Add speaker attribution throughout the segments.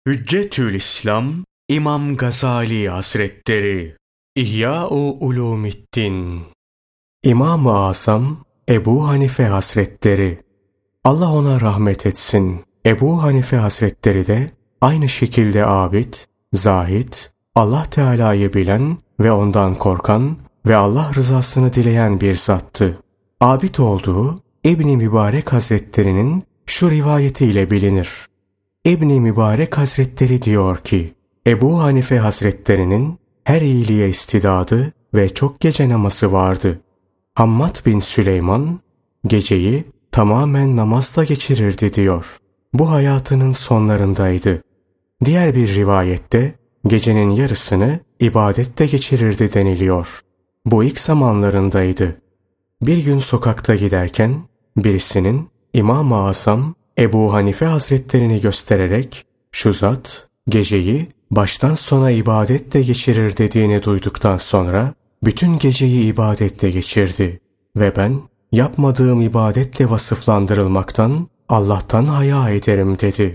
Speaker 1: Hüccetül İslam İmam Gazali Hazretleri İhya-u Ulûmiddin. İmam-ı Azam Ebu Hanife Hazretleri, Allah ona rahmet etsin. Ebu Hanife Hazretleri de aynı şekilde abid, zahid, Allah Teala'yı bilen ve ondan korkan ve Allah rızasını dileyen bir zattı. Abid olduğu İbn-i Mübarek Hazretleri'nin şu rivayetiyle bilinir. İbn-i Mübarek Hazretleri diyor ki, Ebu Hanife Hazretleri'nin her iyiliğe istidadı ve çok gece namazı vardı. Hammad bin Süleyman geceyi tamamen namazla geçirirdi diyor. Bu hayatının sonlarındaydı. Diğer bir rivayette gecenin yarısını ibadette geçirirdi deniliyor. Bu ilk zamanlarındaydı. Bir gün sokakta giderken birisinin İmam-ı Azam Ebu Hanife Hazretlerini göstererek şu zat geceyi baştan sona ibadette geçirir dediğini duyduktan sonra bütün geceyi ibadette geçirdi ve ben yapmadığım ibadetle vasıflandırılmaktan Allah'tan haya ederim dedi.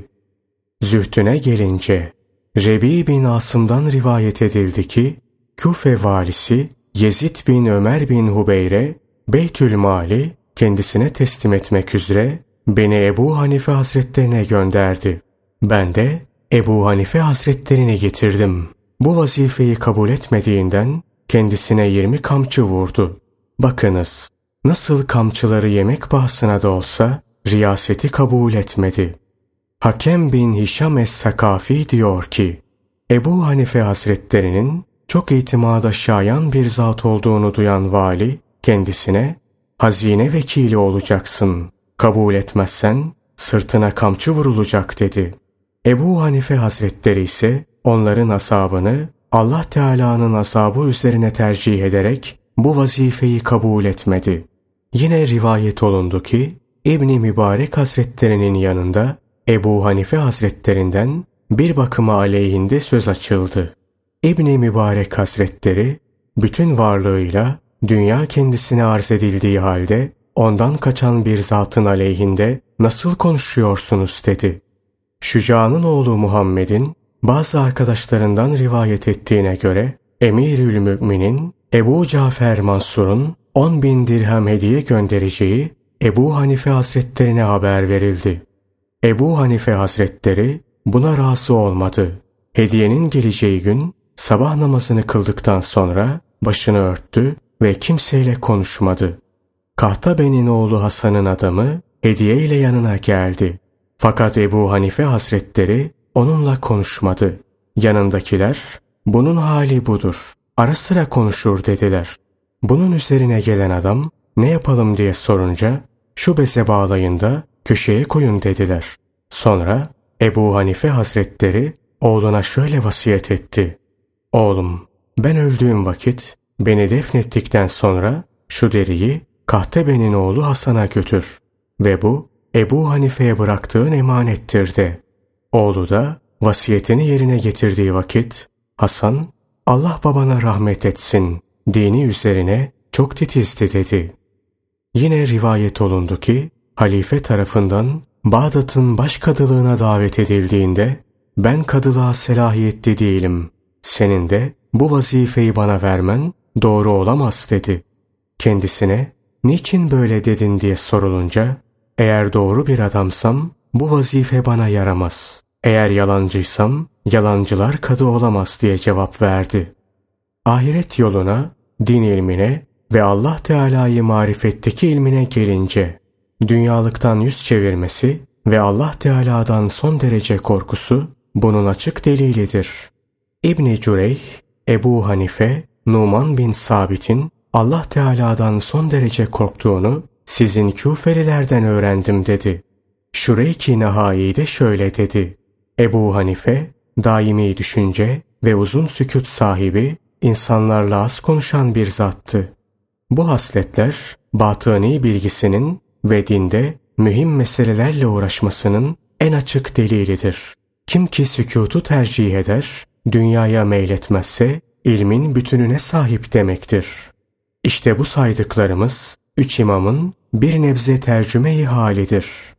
Speaker 1: Zühdüne gelince Rebi bin Asım'dan rivayet edildi ki Küfe valisi Yezid bin Ömer bin Hubeyre Beytülmal'i kendisine teslim etmek üzere beni Ebu Hanife Hazretlerine gönderdi. Ben de Ebu Hanife Hazretlerini getirdim. Bu vazifeyi kabul etmediğinden kendisine 20 kamçı vurdu. Bakınız, nasıl kamçıları yemek bahsına da olsa riyaseti kabul etmedi. Hakem bin Hişam es-Sakafi diyor ki, Ebu Hanife Hazretlerinin çok itimada şayan bir zat olduğunu duyan vali kendisine hazine vekili olacaksın. Kabul etmezsen sırtına kamçı vurulacak dedi. Ebu Hanife Hazretleri ise onların asabını Allah Teala'nın asabı üzerine tercih ederek bu vazifeyi kabul etmedi. Yine rivayet olundu ki İbn-i Mübarek Hazretlerinin yanında Ebu Hanife Hazretlerinden bir bakıma aleyhinde söz açıldı. İbn-i Mübarek Hazretleri bütün varlığıyla dünya kendisine arz edildiği halde ondan kaçan bir zatın aleyhinde nasıl konuşuyorsunuz dedi. Şüca'nın oğlu Muhammed'in bazı arkadaşlarından rivayet ettiğine göre Emirül Mü'minin Ebu Cafer Mansur'un 10.000 dirhem hediye göndereceği Ebu Hanife Hazretlerine haber verildi. Ebu Hanife Hazretleri buna razı olmadı. Hediyenin geleceği gün sabah namazını kıldıktan sonra başını örttü ve kimseyle konuşmadı. Kahtabe'nin oğlu Hasan'ın adamı hediye ile yanına geldi. Fakat Ebu Hanife Hazretleri onunla konuşmadı. Yanındakiler bunun hali budur, ara sıra konuşur dediler. Bunun üzerine gelen adam ne yapalım diye sorunca şu beze bağlayın da köşeye koyun dediler. Sonra Ebu Hanife Hazretleri oğluna şöyle vasiyet etti. Oğlum, ben öldüğüm vakit beni defnettikten sonra şu deriyi Kahtabe'nin oğlu Hasan'a götür ve bu Ebu Hanife'ye bıraktığın emanettir de. Oğlu da vasiyetini yerine getirdiği vakit Hasan, Allah babana rahmet etsin, dini üzerine çok titizdi dedi. Yine rivayet olundu ki halife tarafından Bağdat'ın başkadılığına davet edildiğinde ben kadılığa selahiyetli değilim. Senin de bu vazifeyi bana vermen doğru olamaz dedi. Kendisine niçin böyle dedin diye sorulunca eğer doğru bir adamsam bu vazife bana yaramaz. Eğer yalancıysam yalancılar kadı olamaz diye cevap verdi. Ahiret yoluna, din ilmine ve Allah Teala'yı marifetteki ilmine gelince dünyalıktan yüz çevirmesi ve Allah Teala'dan son derece korkusu bunun açık delilidir. İbn-i Cüreyh, Ebu Hanife, Numan bin Sabit'in Allah Teala'dan son derece korktuğunu sizin Küfelilerden öğrendim dedi. Şureyk-i Nehai de şöyle dedi. Ebu Hanife, daimi düşünce ve uzun sükût sahibi, insanlarla az konuşan bir zattı. Bu hasletler, batıni bilgisinin ve dinde mühim meselelerle uğraşmasının en açık delilidir. Kim ki sükûtu tercih eder, dünyaya meyletmezse, ilmin bütününe sahip demektir. İşte bu saydıklarımız, 3 imamın bir nebze tercüme-i halidir.